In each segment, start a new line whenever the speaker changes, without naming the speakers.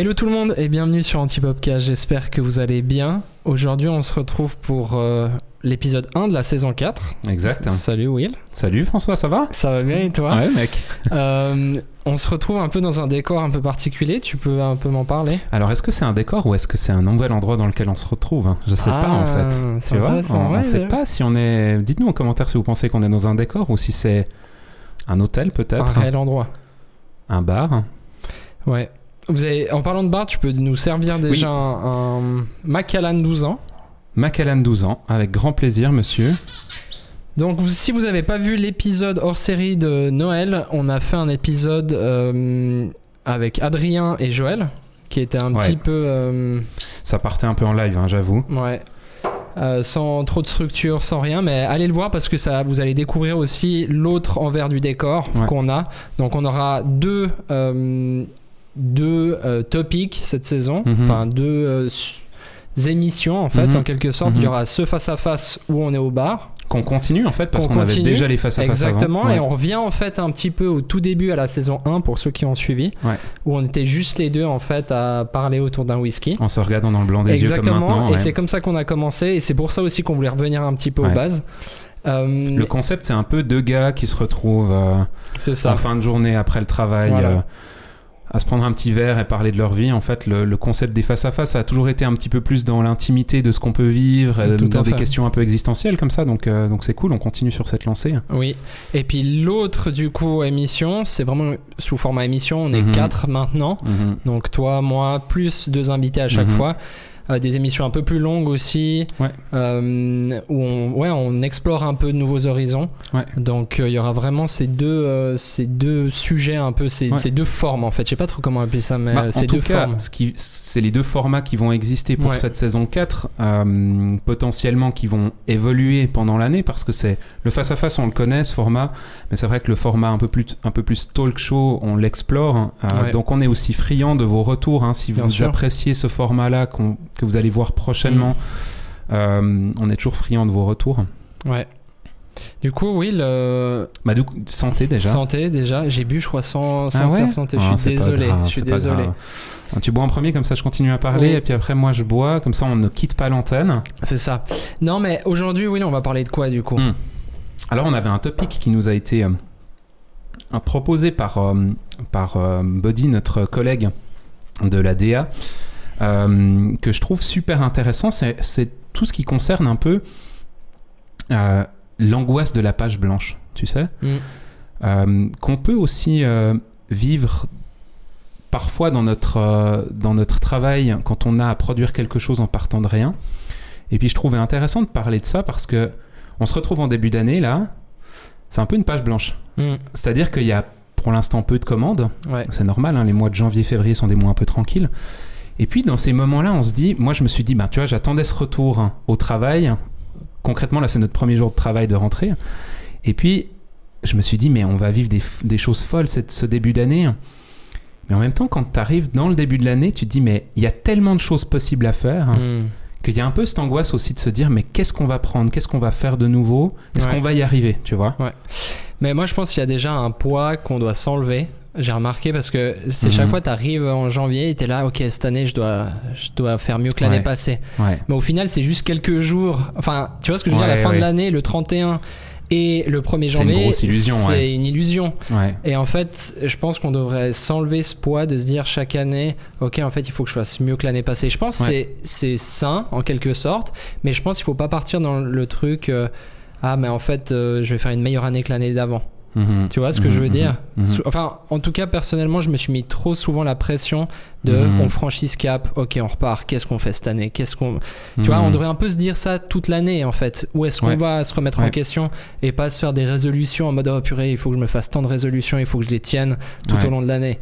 Hello tout le monde et bienvenue sur Antipopcast, j'espère que vous allez bien. Aujourd'hui on se retrouve pour l'épisode 1 de la saison 4.
Exact.
Salut Will.
Salut François, ça va ?
Ça va bien et toi ?
Ouais mec.
On se retrouve un peu dans un décor un peu particulier, tu peux un peu m'en parler ?
Alors est-ce que c'est un décor ou est-ce que c'est un nouvel endroit dans lequel on se retrouve ? Je sais pas en fait.
C'est intéressant.
On sait pas si on est... Dites-nous en commentaire si vous pensez qu'on est dans un décor ou si c'est un hôtel peut-être.
Un réel endroit.
Un bar.
Ouais. En parlant de bar, tu peux nous servir déjà un Macallan 12 ans.
Macallan 12 ans, avec grand plaisir monsieur.
Donc si vous n'avez pas vu l'épisode hors série de Noël, on a fait un épisode avec Adrien et Joël, qui était un petit peu...
Ça partait un peu en live, hein, j'avoue.
Ouais. Sans trop de structure, sans rien, mais allez le voir parce que ça, vous allez découvrir aussi l'autre envers du décor qu'on a. Donc on aura deux topics cette saison, enfin deux émissions en fait, en quelque sorte. Il y aura ce face-à-face où on est au bar. Qu'on
continue en fait parce qu'on avait déjà les face-à-face avant.
Exactement, et on revient en fait un petit peu au tout début à la saison 1 pour ceux qui ont suivi, où on était juste les deux en fait à parler autour d'un whisky.
En se regardant dans le blanc des yeux comme maintenant.
Et c'est comme ça qu'on a commencé et c'est pour ça aussi qu'on voulait revenir un petit peu aux bases.
Le concept c'est un peu deux gars qui se retrouvent en fin de journée après le travail. À se prendre un petit verre et parler de leur vie. En fait, le concept des face-à-face a toujours été un petit peu plus dans l'intimité de ce qu'on peut vivre, dans des questions un peu existentielles comme ça. Donc c'est cool, on continue sur cette lancée. Oui.
Et puis l'autre, du coup, émission, c'est vraiment sous format émission. On est 4 maintenant. Donc toi, moi, plus 2 invités à chaque fois. Des émissions un peu plus longues aussi, où on explore un peu de nouveaux horizons. Donc il y aura vraiment ces deux sujets un peu, ces deux formes en fait. Je sais pas trop comment appeler ça, mais ces deux formes.
C'est les deux formats qui vont exister pour cette saison 4, potentiellement qui vont évoluer pendant l'année, parce que c'est le face-à-face, on le connaît ce format, mais c'est vrai que le format un peu plus talk show, on l'explore. Donc on est aussi friand de vos retours, hein, si vous appréciez ce format-là que vous allez voir prochainement. On est toujours friand de vos retours. Ouais. Du coup, oui, santé déjà.
J'ai bu, je crois, sans faire santé. Je suis désolé.
Tu bois en premier, comme ça je continue à parler, et puis après moi je bois, comme ça on ne quitte pas l'antenne.
C'est ça. Non, mais aujourd'hui, oui, on va parler de quoi du coup ?
Alors on avait un topic qui nous a été proposé par Buddy, notre collègue de la DA, que je trouve super intéressant. C'est tout ce qui concerne un peu l'angoisse de la page blanche, tu sais, qu'on peut aussi vivre parfois dans notre travail quand on a à produire quelque chose en partant de rien. Et puis je trouvais intéressant de parler de ça parce que on se retrouve en début d'année là, c'est un peu une page blanche. C'est-à-dire qu'il y a pour l'instant peu de commandes, c'est normal, hein, les mois de janvier, février sont des mois un peu tranquilles. Et puis dans ces moments-là, moi je me suis dit, tu vois, j'attendais ce retour au travail. Concrètement, là c'est notre premier jour de travail de rentrée. Et puis je me suis dit, mais on va vivre des choses folles ce début d'année. Mais en même temps, quand tu arrives dans le début de l'année, tu te dis, mais il y a tellement de choses possibles à faire qu'il y a un peu cette angoisse aussi de se dire, mais qu'est-ce qu'on va prendre ? Qu'est-ce qu'on va faire de nouveau ? Est-ce qu'on va y arriver, tu vois ?
Mais moi je pense qu'il y a déjà un poids qu'on doit s'enlever. J'ai remarqué parce que c'est chaque fois t'arrives en janvier et t'es là, ok, cette année je dois faire mieux que l'année passée. Mais au final c'est juste quelques jours. Enfin, tu vois ce que je veux dire, la fin de l'année, le 31 et le 1er janvier,
c'est une grosse illusion.
C'est une illusion. Et en fait, je pense qu'on devrait s'enlever ce poids de se dire chaque année, ok, en fait il faut que je fasse mieux que l'année passée. Je pense que c'est sain en quelque sorte, mais je pense qu'il faut pas partir dans le truc, mais en fait je vais faire une meilleure année que l'année d'avant. Tu vois ce que je veux dire ? Enfin, en tout cas, personnellement, je me suis mis trop souvent la pression de on franchit ce cap, ok, on repart, qu'est-ce qu'on fait cette année ? Tu vois, on devrait un peu se dire ça toute l'année en fait. Où est-ce qu'on va se remettre en question et pas se faire des résolutions en mode oh purée, il faut que je me fasse tant de résolutions, il faut que je les tienne tout au long de l'année.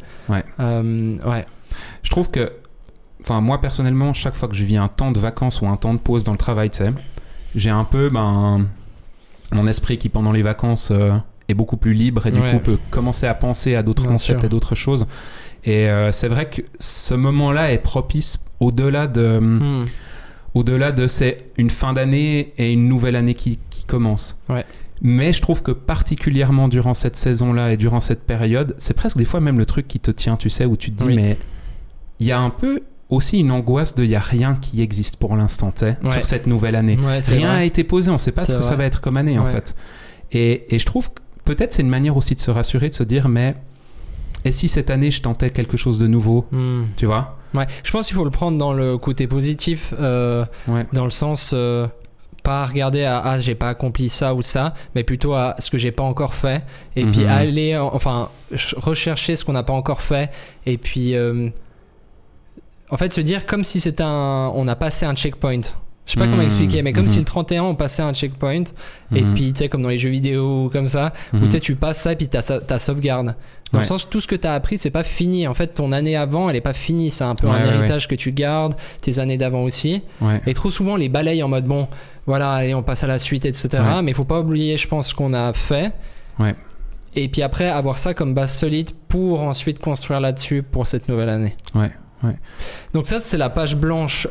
Je trouve que, enfin, moi personnellement, chaque fois que je vis un temps de vacances ou un temps de pause dans le travail, tu sais, j'ai un peu mon esprit qui pendant les vacances est beaucoup plus libre et du coup peut commencer à penser à d'autres concepts et d'autres choses. Et c'est vrai que ce moment-là est propice au-delà de c'est une fin d'année et une nouvelle année qui commence. Mais je trouve que particulièrement durant cette saison-là et durant cette période, c'est presque des fois même le truc qui te tient, tu sais, où tu te dis mais il y a un peu aussi une angoisse de il n'y a rien qui existe pour l'instant, sur cette nouvelle année. Rien n'a été posé, on ne sait pas ce que ça va être comme année, en fait. Et je trouve que peut-être c'est une manière aussi de se rassurer, de se dire, mais et si cette année je tentais quelque chose de nouveau, tu vois?
Ouais, je pense qu'il faut le prendre dans le côté positif, dans le sens pas regarder à j'ai pas accompli ça ou ça, mais plutôt à ce que j'ai pas encore fait, et puis aller rechercher ce qu'on n'a pas encore fait, et puis en fait se dire comme si c'était on a passé un checkpoint. Je sais pas comment expliquer, mais comme si le 31 on passait un checkpoint, et puis tu sais, comme dans les jeux vidéo comme ça, où tu passes ça et puis t'as sauvegarde. Dans le sens, tout ce que t'as appris, c'est pas fini. En fait, ton année avant, elle est pas finie. C'est un peu un héritage que tu gardes, tes années d'avant aussi. Et trop souvent, on les balaye en mode bon, voilà, allez, on passe à la suite, etc. Mais il faut pas oublier, je pense, ce qu'on a fait. Et puis après, avoir ça comme base solide pour ensuite construire là-dessus pour cette nouvelle année. Donc ça, c'est la page blanche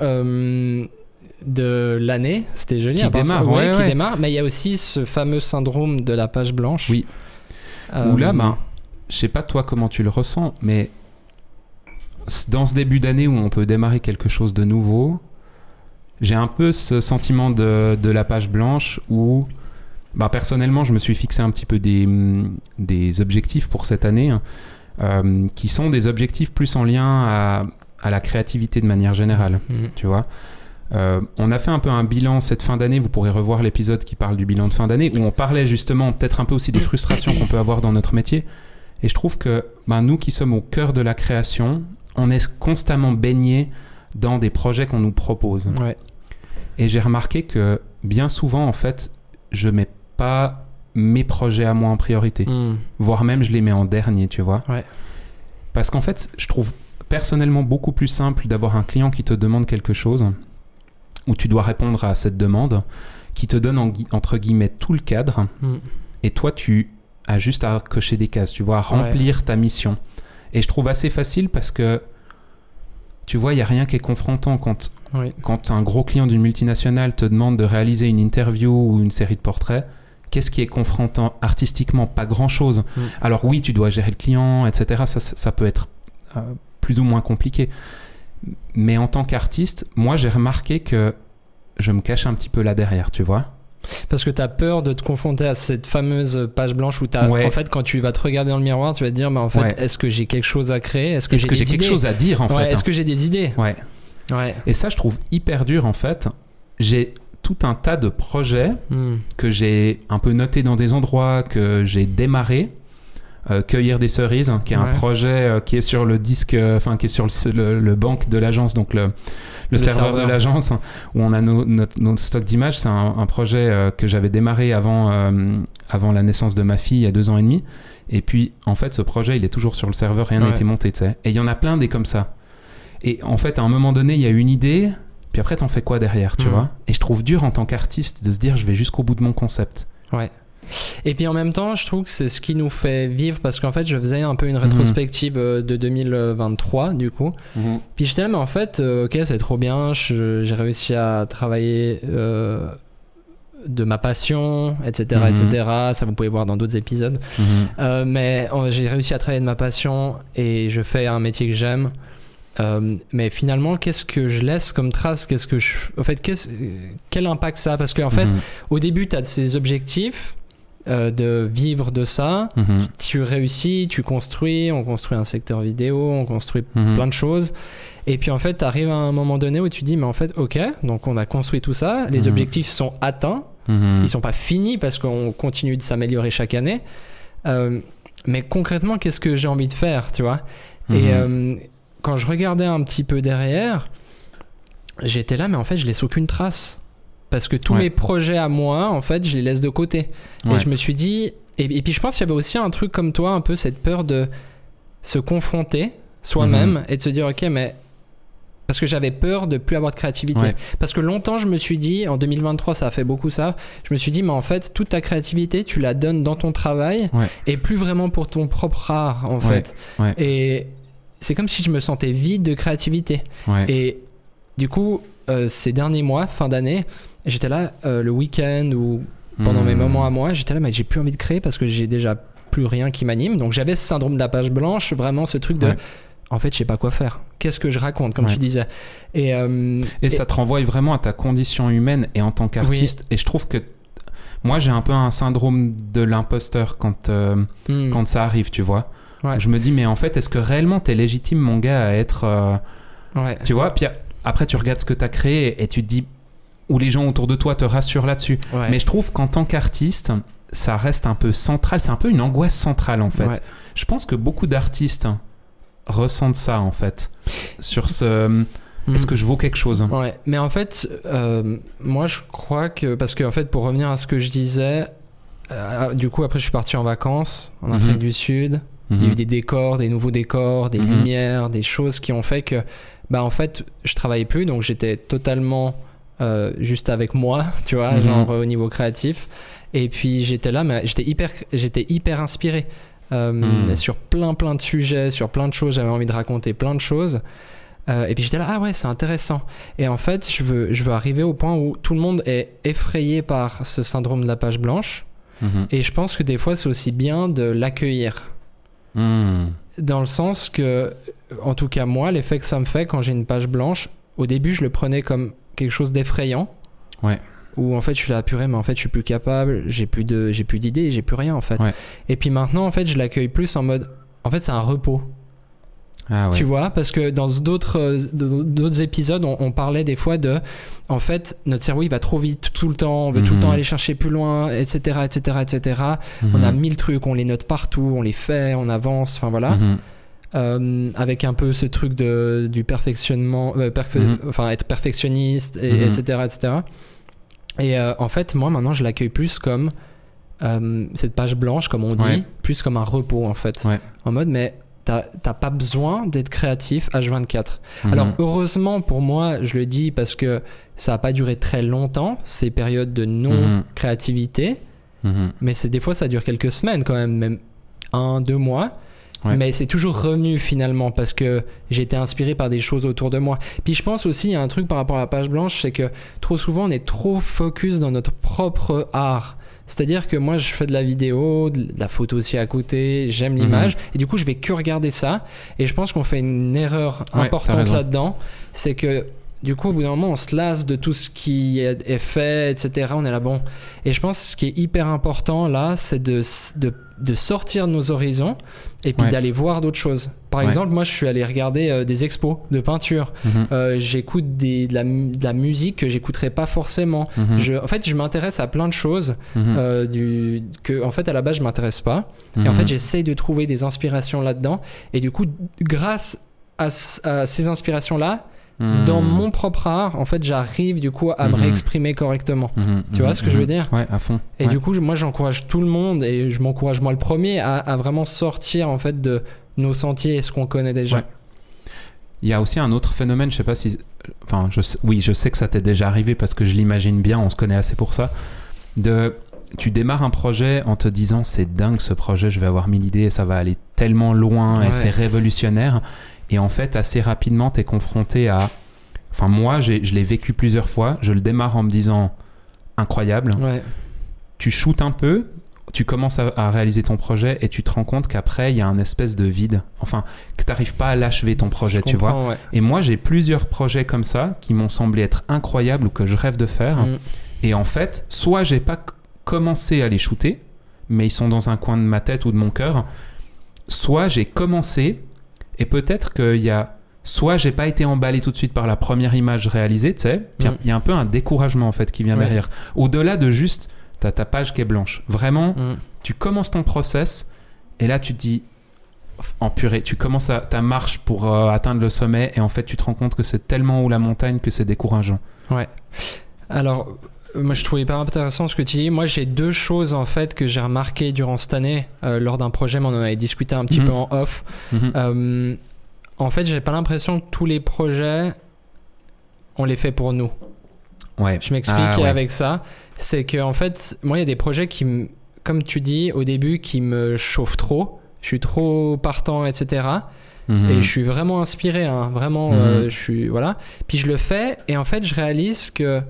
de l'année. C'était joli.
Qui démarre,
qui démarre. Mais il y a aussi ce fameux syndrome de la page blanche.
Oui. Où là, je sais pas toi comment tu le ressens, mais dans ce début d'année où on peut démarrer quelque chose de nouveau, j'ai un peu ce sentiment de la page blanche où personnellement je me suis fixé un petit peu des objectifs pour cette année, qui sont des objectifs plus en lien à la créativité de manière générale, tu vois. On a fait un peu un bilan cette fin d'année, vous pourrez revoir l'épisode qui parle du bilan de fin d'année, où on parlait justement peut-être un peu aussi des frustrations qu'on peut avoir dans notre métier. Et je trouve que nous qui sommes au cœur de la création, on est constamment baignés dans des projets qu'on nous propose. Et j'ai remarqué que bien souvent, en fait, je mets pas mes projets à moi en priorité. Voire même, je les mets en dernier, tu vois. Parce qu'en fait, je trouve personnellement beaucoup plus simple d'avoir un client qui te demande quelque chose, où tu dois répondre à cette demande, qui te donne entre guillemets tout le cadre, et toi, tu as juste à cocher des cases, tu vois, à remplir ta mission. Et je trouve assez facile parce que, tu vois, il n'y a rien qui est confrontant quand un gros client d'une multinationale te demande de réaliser une interview ou une série de portraits. Qu'est-ce qui est confrontant artistiquement? Pas grand-chose. Alors oui, tu dois gérer le client, etc. Ça peut être plus ou moins compliqué. Mais en tant qu'artiste, moi, j'ai remarqué que je me cache un petit peu là derrière, tu vois.
Parce que tu as peur de te confronter à cette fameuse page blanche où en fait, quand tu vas te regarder dans le miroir, tu vas te dire, mais en fait, est-ce que j'ai quelque chose à créer? Est-ce que j'ai quelque chose
à dire, en fait?
Est-ce que j'ai des idées?
Et ça, je trouve hyper dur, en fait. J'ai tout un tas de projets que j'ai un peu notés dans des endroits, que j'ai démarré. Cueillir des cerises, qui est un projet qui est sur le disque, qui est sur le banc de l'agence, donc le serveur de l'agence, où on a notre stock d'images. C'est un projet que j'avais démarré avant la naissance de ma fille, il y a 2 ans et demi. Et puis, en fait, ce projet, il est toujours sur le serveur, rien n'a été monté, tu sais. Et il y en a plein des comme ça. Et en fait, à un moment donné, il y a une idée, puis après, t'en fais quoi derrière, tu vois? Et je trouve dur en tant qu'artiste de se dire, je vais jusqu'au bout de mon concept.
Et puis en même temps, je trouve que c'est ce qui nous fait vivre, parce qu'en fait, je faisais un peu une rétrospective de 2023, du coup. Puis j'étais là, mais en fait, ok, c'est trop bien, j'ai réussi à travailler de ma passion, etc., etc. Ça, vous pouvez voir dans d'autres épisodes. Mais j'ai réussi à travailler de ma passion et je fais un métier que j'aime. Mais finalement, qu'est-ce que je laisse comme trace? Quel impact ça a? Parce qu'en fait, au début, tu as ces objectifs de vivre de ça. Tu réussis, tu construis, on construit un secteur vidéo, on construit plein de choses. Et puis en fait, tu arrives à un moment donné où tu dis, mais en fait, ok, donc on a construit tout ça, les objectifs sont atteints, ils sont pas finis parce qu'on continue de s'améliorer chaque année. Mais concrètement, qu'est-ce que j'ai envie de faire, tu vois? Et quand je regardais un petit peu derrière, j'étais là, mais en fait, je laisse aucune trace. Parce que tous mes projets à moi, en fait, je les laisse de côté. Et je me suis dit... Et puis je pense qu'il y avait aussi un truc comme toi, un peu cette peur de se confronter soi-même et de se dire, ok, mais... Parce que j'avais peur de plus avoir de créativité. Parce que longtemps, je me suis dit, en 2023, ça a fait beaucoup ça, je me suis dit, mais en fait, toute ta créativité, tu la donnes dans ton travail et plus vraiment pour ton propre art, en fait. Et c'est comme si je me sentais vide de créativité. Et du coup, ces derniers mois, fin d'année, j'étais là le week-end ou pendant mes moments à moi, j'étais là, mais j'ai plus envie de créer parce que j'ai déjà plus rien qui m'anime. Donc j'avais ce syndrome de la page blanche, vraiment ce truc de en fait, je sais pas quoi faire. Qu'est-ce que je raconte, comme tu disais. Et
ça te renvoie vraiment à ta condition humaine et en tant qu'artiste. Et je trouve que moi, j'ai un peu un syndrome de l'imposteur quand ça arrive, tu vois. Je me dis, mais en fait, est-ce que réellement t'es légitime, mon gars, à être... Tu vois, puis après, tu regardes ce que t'as créé et tu te dis, où les gens autour de toi te rassurent là-dessus. Mais je trouve qu'en tant qu'artiste, ça reste un peu central. C'est un peu une angoisse centrale, en fait. Je pense que beaucoup d'artistes ressentent ça, en fait, sur ce... Est-ce que je vaux quelque chose?
Mais en fait, moi, je crois que... Parce que, en fait, pour revenir à ce que je disais, du coup, après, je suis parti en vacances en Afrique du Sud. Il y a eu des décors, des nouveaux décors, des lumières, des choses qui ont fait que, en fait, je travaillais plus, donc j'étais totalement juste avec moi, tu vois, genre au niveau créatif. Et puis j'étais là, mais j'étais hyper inspiré sur plein de sujets, sur plein de choses. J'avais envie de raconter plein de choses. Et puis j'étais là, ah ouais, c'est intéressant. Et en fait, je veux arriver au point où tout le monde est effrayé par ce syndrome de la page blanche. Et je pense que des fois, c'est aussi bien de l'accueillir. Dans le sens que, en tout cas moi, l'effet que ça me fait quand j'ai une page blanche, au début je le prenais comme quelque chose d'effrayant, où en fait je suis là, purée, mais en fait je suis plus capable, j'ai plus d'idées, j'ai plus rien en fait. Et puis maintenant en fait je l'accueille plus en mode, en fait c'est un repos. Tu vois, parce que dans d'autres épisodes, on parlait des fois de, en fait, notre cerveau il va trop vite tout le temps, on veut tout le temps aller chercher plus loin, etc. On a 1000 trucs, on les note partout, on les fait, on avance, enfin voilà. Avec un peu ce truc du perfectionnement, enfin être perfectionniste, etc. Et en fait, moi maintenant, je l'accueille plus comme cette page blanche, comme on dit, plus comme un repos en fait, en mode mais t'as pas besoin d'être créatif H24. Alors heureusement pour moi, je le dis parce que ça a pas duré très longtemps, ces périodes de non-créativité, mais des fois ça dure quelques semaines quand même 1-2 mois, mais c'est toujours revenu finalement parce que j'ai été inspiré par des choses autour de moi. Puis je pense aussi, il y a un truc par rapport à la page blanche, c'est que trop souvent on est trop focus dans notre propre art. C'est-à-dire que moi, je fais de la vidéo, de la photo aussi à côté, j'aime l'image, et du coup, je vais que regarder ça. Et je pense qu'on fait une erreur importante là-dedans, c'est que du coup, au bout d'un moment, on se lasse de tout ce qui est fait, etc. On est là, bon. Et je pense que ce qui est hyper important là, c'est de sortir de nos horizons et puis d'aller voir d'autres choses. Par exemple, moi, je suis allé regarder des expos de peinture. J'écoute de la musique que j'écouterais pas forcément. En fait, je m'intéresse à plein de choses que, en fait, à la base, je m'intéresse pas. Et en fait, j'essaye de trouver des inspirations là-dedans. Et du coup, grâce à ces inspirations-là, dans mon propre art, en fait, j'arrive du coup à me réexprimer correctement. Tu vois ce que je veux dire?
Ouais, à fond.
Et du coup, moi, j'encourage tout le monde, et je m'encourage moi le premier, à vraiment sortir en fait de nos sentiers et ce qu'on connaît déjà.
Il y a aussi un autre phénomène, je sais pas si... Enfin, je sais que ça t'est déjà arrivé parce que je l'imagine bien, on se connaît assez pour ça. Tu démarres un projet en te disant, c'est dingue ce projet, je vais avoir 1000 idées et ça va aller tellement loin et c'est révolutionnaire. Et en fait, assez rapidement, t'es confronté à... Enfin, moi, je l'ai vécu plusieurs fois. Je le démarre en me disant, incroyable. Tu shootes un peu, tu commences à réaliser ton projet et tu te rends compte qu'après, il y a un espèce de vide. Enfin, que t'arrives pas à l'achever ton projet, tu vois. Et moi, j'ai plusieurs projets comme ça qui m'ont semblé être incroyables ou que je rêve de faire. Et en fait, soit j'ai pas commencé à les shooter, mais ils sont dans un coin de ma tête ou de mon cœur. Soit j'ai commencé... Et peut-être qu'il y a... Soit j'ai pas été emballé tout de suite par la première image réalisée, tu sais. Il y a un peu un découragement, en fait, qui vient derrière. Au-delà de juste, t'as ta page qui est blanche. Vraiment, tu commences ton process, et là, tu te dis... En purée, tu commences ta marche pour atteindre le sommet, et en fait, tu te rends compte que c'est tellement haut la montagne que c'est décourageant.
Alors... Moi, je trouvais hyper intéressant ce que tu dis. Moi, j'ai 2 choses en fait que j'ai remarquées durant cette année lors d'un projet, mais on en avait discuté un petit peu en off. En fait, j'ai pas l'impression que tous les projets on les fait pour nous. Je m'explique avec ça. C'est que en fait, moi, il y a des projets qui, comme tu dis au début, qui me chauffent trop. Je suis trop partant, etc. Et je suis vraiment inspiré, hein. Vraiment. Je suis Puis je le fais et en fait, je réalise que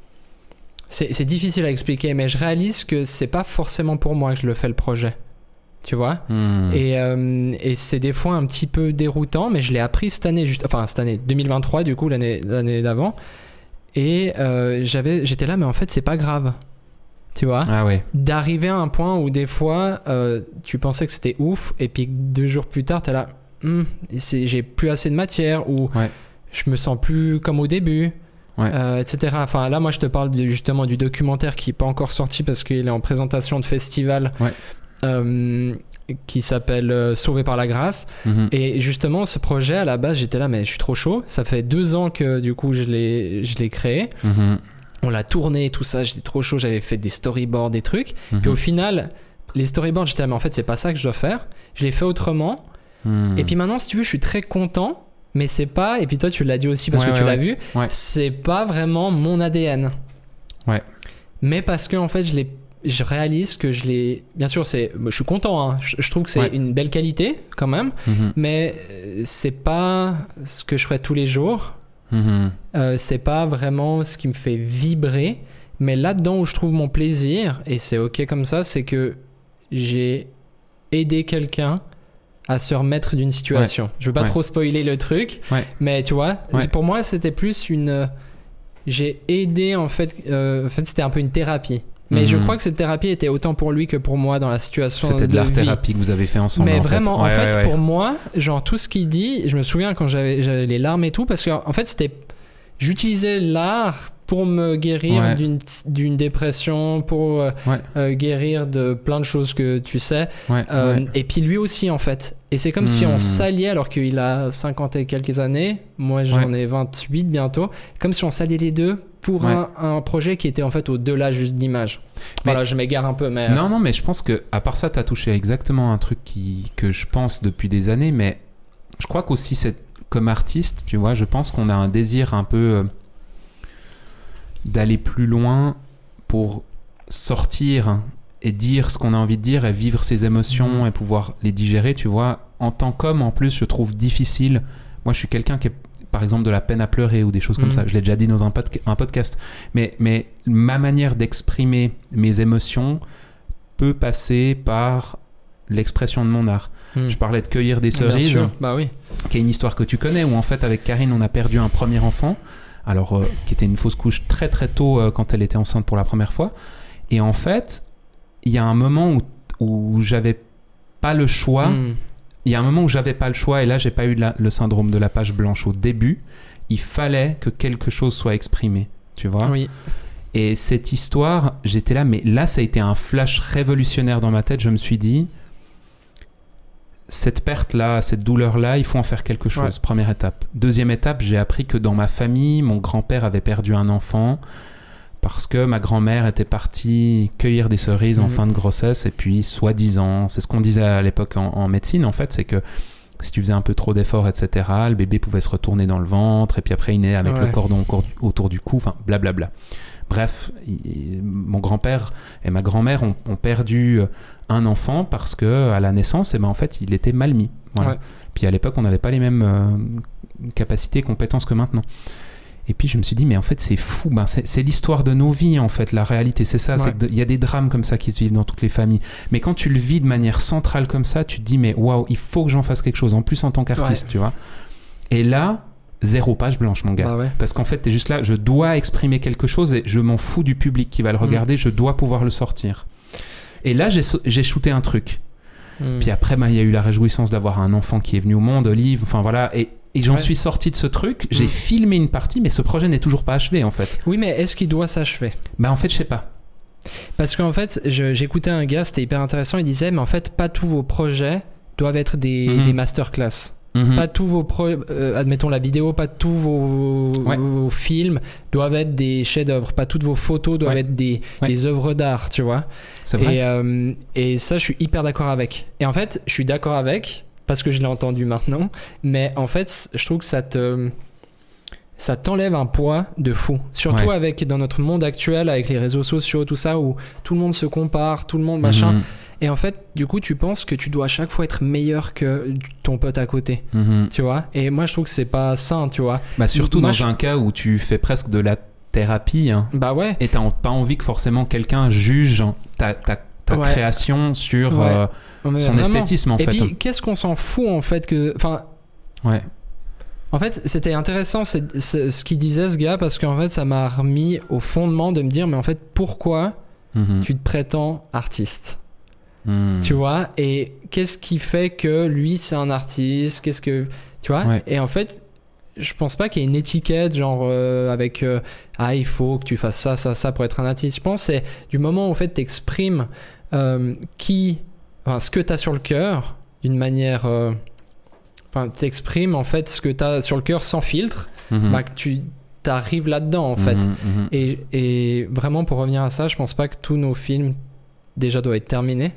c'est difficile à expliquer, mais je réalise que c'est pas forcément pour moi que je le fais le projet. tu vois. Et c'est des fois un petit peu déroutant, mais je l'ai appris cette année, cette année 2023 du coup, l'année d'avant, et j'étais là, mais en fait c'est pas grave, tu vois. D'arriver à un point où des fois tu pensais que c'était ouf, et puis 2 jours plus tard t'es là, j'ai plus assez de matière, ou je me sens plus comme au début. Etc. Enfin là, moi je te parle justement du documentaire qui n'est pas encore sorti parce qu'il est en présentation de festival, qui s'appelle Sauvé par la grâce. Et justement ce projet, à la base j'étais là, mais je suis trop chaud, ça fait 2 ans que du coup je l'ai créé. On l'a tourné, tout ça, j'étais trop chaud, j'avais fait des storyboards, des trucs, puis au final les storyboards, j'étais là, mais en fait c'est pas ça que je dois faire, je l'ai fait autrement. Et puis maintenant, si tu veux, je suis très content. Mais c'est pas, et puis toi tu l'as dit aussi parce que tu l'as vu, c'est pas vraiment mon ADN. Mais parce que en fait je réalise que je l'ai. Bien sûr, je suis content, hein. Je trouve que c'est une belle qualité quand même, mais c'est pas ce que je ferais tous les jours. C'est pas vraiment ce qui me fait vibrer. Mais là-dedans où je trouve mon plaisir, et c'est ok comme ça, c'est que j'ai aidé quelqu'un à se remettre d'une situation. Je veux pas trop spoiler le truc, mais tu vois, pour moi c'était plus j'ai aidé en fait c'était un peu une thérapie. Mais je crois que cette thérapie était autant pour lui que pour moi dans la situation.
C'était de l'art thérapie que vous avez fait ensemble.
Mais vraiment, en fait, pour moi, genre tout ce qu'il dit, je me souviens quand j'avais les larmes et tout, parce que en fait j'utilisais l'art pour me guérir d'une dépression, pour guérir de plein de choses que tu sais. Et puis lui aussi, en fait. Et c'est comme si on s'alliait, alors qu'il a 50 et quelques années, moi j'en ai 28 bientôt, comme si on s'alliait les deux pour un projet qui était en fait au-delà juste de l'image. Voilà, je m'égare un peu, mais...
Non, mais je pense que à part ça, t'as touché exactement un truc que je pense depuis des années, mais je crois qu'aussi, comme artiste, tu vois, je pense qu'on a un désir un peu... d'aller plus loin pour sortir et dire ce qu'on a envie de dire et vivre ses émotions et pouvoir les digérer, tu vois. En tant qu'homme, en plus, je trouve difficile. Moi, je suis quelqu'un qui est, par exemple, de la peine à pleurer ou des choses comme ça. Je l'ai déjà dit dans un podcast. Mais ma manière d'exprimer mes émotions peut passer par l'expression de mon art. Je parlais de Cueillir des cerises, qui est une histoire que tu connais, où en fait, avec Karine, on a perdu un premier enfant. Alors, qui était une fausse couche très très tôt quand elle était enceinte pour la première fois. Et en fait, il y a un moment où j'avais pas le choix. Il y a un moment où j'avais pas le choix, et là, j'ai pas eu le syndrome de la page blanche au début. Il fallait que quelque chose soit exprimé, tu vois. Et cette histoire, j'étais là, mais là, ça a été un flash révolutionnaire dans ma tête. Je me suis dit, cette perte-là, cette douleur-là, il faut en faire quelque chose. Première étape. Deuxième étape, j'ai appris que dans ma famille, mon grand-père avait perdu un enfant parce que ma grand-mère était partie cueillir des cerises en fin de grossesse, et puis soi-disant, c'est ce qu'on disait à l'époque en médecine, en fait, c'est que si tu faisais un peu trop d'efforts, etc., le bébé pouvait se retourner dans le ventre, et puis après il naît avec le cordon autour du cou, enfin blablabla. Bref, mon grand-père et ma grand-mère ont perdu un enfant parce que à la naissance, en fait, il était mal mis. Voilà. Puis à l'époque, on n'avait pas les mêmes capacités, compétences que maintenant. Et puis je me suis dit, mais en fait, c'est fou. C'est l'histoire de nos vies, en fait. La réalité, c'est ça. Il y a des drames comme ça qui se vivent dans toutes les familles. Mais quand tu le vis de manière centrale comme ça, tu te dis, mais waouh, il faut que j'en fasse quelque chose. En plus, en tant qu'artiste, tu vois. Et là, 0 page blanche, mon gars. Parce qu'en fait, t'es juste là, je dois exprimer quelque chose et je m'en fous du public qui va le regarder. Je dois pouvoir le sortir. Et là, j'ai shooté un truc. Puis après, il y a eu la réjouissance d'avoir un enfant qui est venu au monde, Olive. Enfin voilà. Et j'en suis sorti de ce truc, j'ai filmé une partie, mais ce projet n'est toujours pas achevé, en fait.
Oui, mais est-ce qu'il doit s'achever ?
En fait, je sais pas.
Parce qu'en fait, j'écoutais un gars, c'était hyper intéressant, il disait, mais en fait, pas tous vos projets doivent être des masterclass. Pas tous vos admettons la vidéo, pas tous vos films doivent être des chefs-d'œuvre, pas toutes vos photos doivent être des œuvres d'art, tu vois.
C'est vrai.
Et ça, je suis hyper d'accord avec. Et en fait, je suis d'accord avec parce que je l'ai entendu maintenant, mais en fait, je trouve que ça t'enlève un poids de fou. Surtout dans notre monde actuel, avec les réseaux sociaux, tout ça, où tout le monde se compare, tout le monde machin. Et en fait, du coup, tu penses que tu dois à chaque fois être meilleur que ton pote à côté, tu vois. Et moi, je trouve que c'est pas sain, tu vois.
Surtout dans un cas où tu fais presque de la thérapie. Hein, et t'as pas envie que forcément quelqu'un juge ta création sur son esthétisme en fait.
Et puis qu'est-ce qu'on s'en fout en fait que... Enfin, en fait, c'était intéressant ce qu'il disait ce gars, parce qu'en fait, ça m'a remis au fondement de me dire, mais en fait, pourquoi tu te prétends artiste? Tu vois, et qu'est-ce qui fait que lui, c'est un artiste? Qu'est-ce que... Tu vois? Et en fait, je pense pas qu'il y ait une étiquette genre avec il faut que tu fasses ça pour être un artiste. Je pense que c'est du moment où en fait t'exprimes ce que t'as sur le cœur d'une manière... t'exprimes en fait ce que t'as sur le cœur sans filtre, que tu t'arrives là-dedans en fait. Et vraiment, pour revenir à ça, je pense pas que tous nos films déjà doivent être terminés.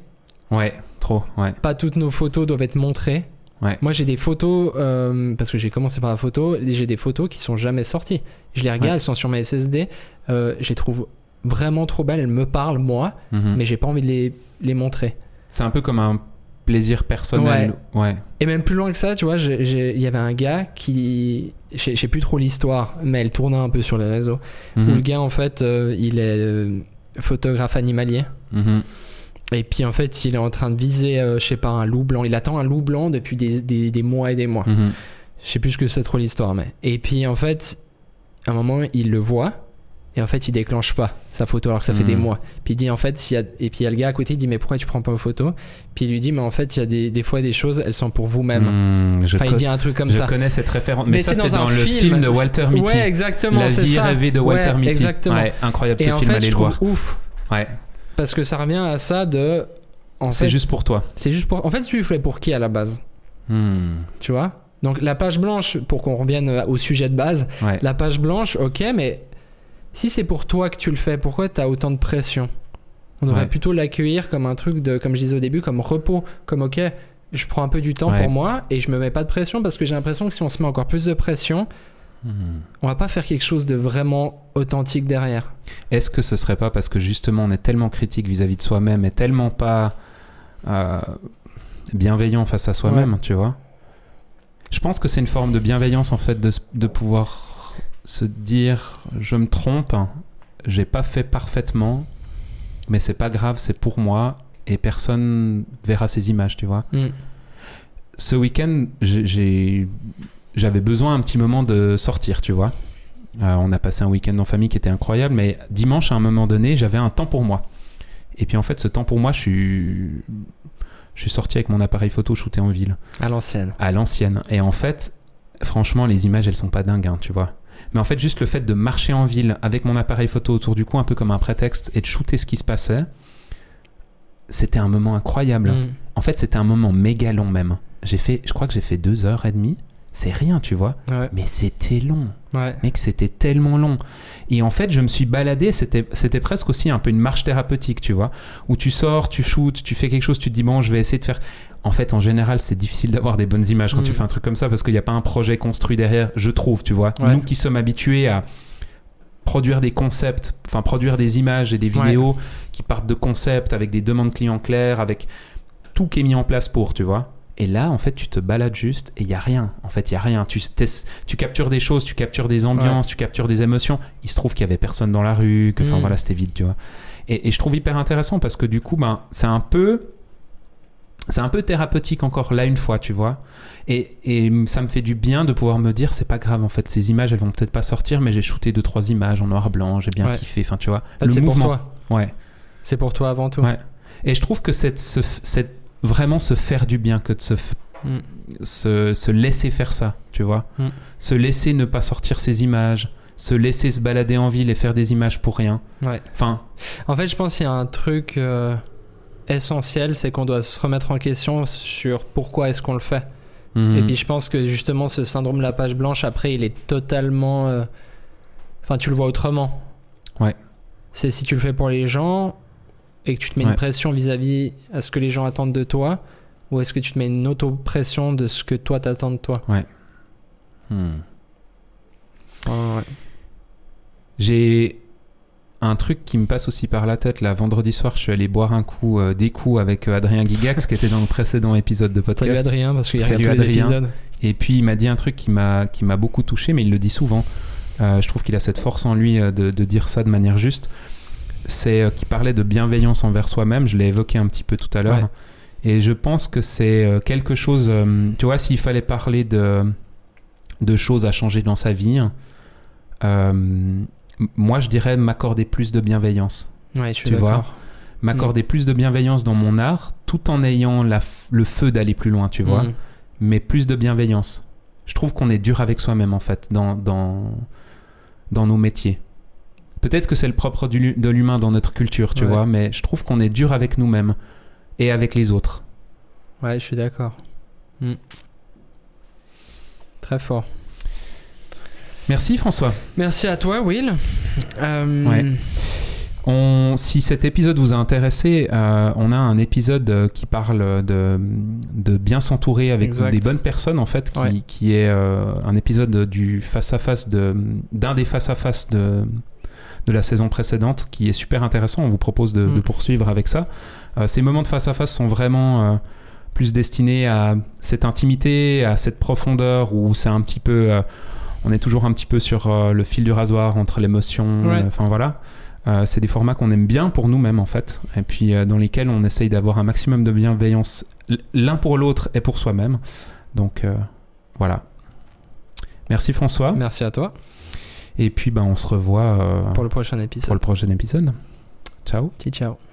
Pas toutes nos photos doivent être montrées. Moi j'ai des photos, parce que j'ai commencé par la photo, j'ai des photos qui sont jamais sorties. Je les regarde, elles sont sur mes SSD, je les trouve vraiment trop belles, elles me parlent moi, mais j'ai pas envie de les montrer.
C'est un peu comme un plaisir personnel.
Et même plus loin que ça, tu vois, il y avait un gars qui... Je sais plus trop l'histoire, mais elle tournait un peu sur les réseaux, où le gars en fait, il est photographe animalier. Et puis en fait, il est en train de viser, je sais pas, un loup blanc. Il attend un loup blanc depuis des mois et des mois. Je sais plus ce que c'est trop l'histoire, mais... Et puis en fait, à un moment, il le voit, et en fait, il déclenche pas sa photo alors que ça fait des mois. Puis il dit en fait, et puis il y a le gars à côté, il dit mais pourquoi tu prends pas vos photos? Puis il lui dit mais en fait, il y a des fois des choses, elles sont pour vous-même. Il dit un truc comme ça.
Je connais cette référence, mais ça c'est dans le film de Walter Mitty.
Ouais, exactement.
La vie rêvée de Walter Mitty.
Exactement.
Incroyable ce film, allez le voir.
Ouf. Parce que ça revient à ça de...
C'est juste pour toi.
En fait, tu le fais pour qui à la base? Tu vois? Donc la page blanche, pour qu'on revienne au sujet de base, la page blanche, ok, mais si c'est pour toi que tu le fais, pourquoi t'as autant de pression? On devrait plutôt l'accueillir comme un truc de, comme je disais au début, comme repos, comme ok, je prends un peu du temps pour moi et je me mets pas de pression, parce que j'ai l'impression que si on se met encore plus de pression, on va pas faire quelque chose de vraiment authentique derrière.
Est-ce que ce serait pas parce que justement on est tellement critique vis-à-vis de soi-même et tellement pas bienveillant face à soi-même, tu vois? Je pense que c'est une forme de bienveillance en fait, de pouvoir se dire je me trompe, j'ai pas fait parfaitement, mais c'est pas grave, c'est pour moi et personne verra ces images, tu vois. Ce week-end, j'avais besoin un petit moment de sortir, tu vois. On a passé un week-end en famille qui était incroyable, mais dimanche, à un moment donné, j'avais un temps pour moi. Et puis en fait, ce temps pour moi, je suis sorti avec mon appareil photo shooté en ville.
À l'ancienne.
Et en fait, franchement, les images, elles sont pas dingues, tu vois. Mais en fait, juste le fait de marcher en ville avec mon appareil photo autour du cou, un peu comme un prétexte, et de shooter ce qui se passait, c'était un moment incroyable. En fait, c'était un moment méga long même. Je crois que j'ai fait 2h30. C'est rien, tu vois. Mais c'était long. Mec, c'était tellement long. Et en fait, je me suis baladé, c'était presque aussi un peu une marche thérapeutique, tu vois, où tu sors, tu shootes, tu fais quelque chose, tu te dis bon, je vais essayer de faire... En fait, en général, c'est difficile d'avoir des bonnes images quand tu fais un truc comme ça, parce qu'il n'y a pas un projet construit derrière, je trouve, tu vois. Nous qui sommes habitués à produire des concepts, enfin produire des images et des vidéos qui partent de concepts, avec des demandes clients claires, avec tout qui est mis en place pour, tu vois. Et là, en fait, tu te balades juste et il n'y a rien. En fait, il n'y a rien. Tu captures des choses, tu captures des ambiances, tu captures des émotions. Il se trouve qu'il n'y avait personne dans la rue, que voilà, c'était vide, tu vois. Et je trouve hyper intéressant parce que du coup, c'est un peu thérapeutique encore là une fois, tu vois. Et ça me fait du bien de pouvoir me dire, c'est pas grave, en fait, ces images, elles vont peut-être pas sortir, mais j'ai shooté 2-3 images en noir-blanc, j'ai bien kiffé, enfin, tu vois.
En fait,
le mouvement.
Pour toi. C'est pour toi avant tout.
Et je trouve que c'est vraiment se faire du bien que de se laisser faire ça, tu vois. Se laisser ne pas sortir ces images, se laisser se balader en ville et faire des images pour rien. Enfin,
en fait, je pense qu'il y a un truc essentiel, c'est qu'on doit se remettre en question sur pourquoi est-ce qu'on le fait. Et puis je pense que justement ce syndrome de la page blanche, après, il est totalement... Enfin, tu le vois autrement. C'est si tu le fais pour les gens... et que tu te mets une pression vis-à-vis à ce que les gens attendent de toi, ou est-ce que tu te mets une auto-pression de ce que toi t'attends de toi?
J'ai un truc qui me passe aussi par la tête. Là, vendredi soir, je suis allé boire un coup, des coups avec Adrien Guigax, qui était dans le précédent épisode de podcast.
Salut Adrien, parce qu'il regarde tous les épisodes.
Et puis, il m'a dit un truc qui m'a beaucoup touché, mais il le dit souvent. Je trouve qu'il a cette force en lui de dire ça de manière juste. c'est qui parlait de bienveillance envers soi-même. Je l'ai évoqué un petit peu tout à l'heure. Ouais. Et je pense que c'est quelque chose... tu vois, s'il fallait parler de choses à changer dans sa vie, moi, je dirais m'accorder plus de bienveillance.
Ouais, je suis d'accord.
M'accorder plus de bienveillance dans mon art, tout en ayant le feu d'aller plus loin, tu vois. Mais plus de bienveillance. Je trouve qu'on est dur avec soi-même, en fait, dans nos métiers. Peut-être que c'est le propre de l'humain dans notre culture, tu vois, mais je trouve qu'on est dur avec nous-mêmes et avec les autres.
Ouais, je suis d'accord. Très fort.
Merci François.
Merci à toi Will.
Si cet épisode vous a intéressé, on a un épisode qui parle de bien s'entourer avec des bonnes personnes en fait, qui est un épisode du face-à-face d'un des face-à-face de la saison précédente qui est super intéressant. On vous propose de poursuivre avec ça. Ces moments de face-à-face sont vraiment plus destinés à cette intimité, à cette profondeur où c'est un petit peu... on est toujours un petit peu sur le fil du rasoir entre l'émotion, enfin voilà. C'est des formats qu'on aime bien pour nous-mêmes en fait, et puis dans lesquels on essaye d'avoir un maximum de bienveillance l'un pour l'autre et pour soi-même. Donc voilà. Merci François.
Merci à toi.
Et puis on se revoit
pour le prochain épisode.
Ciao.
Ciao.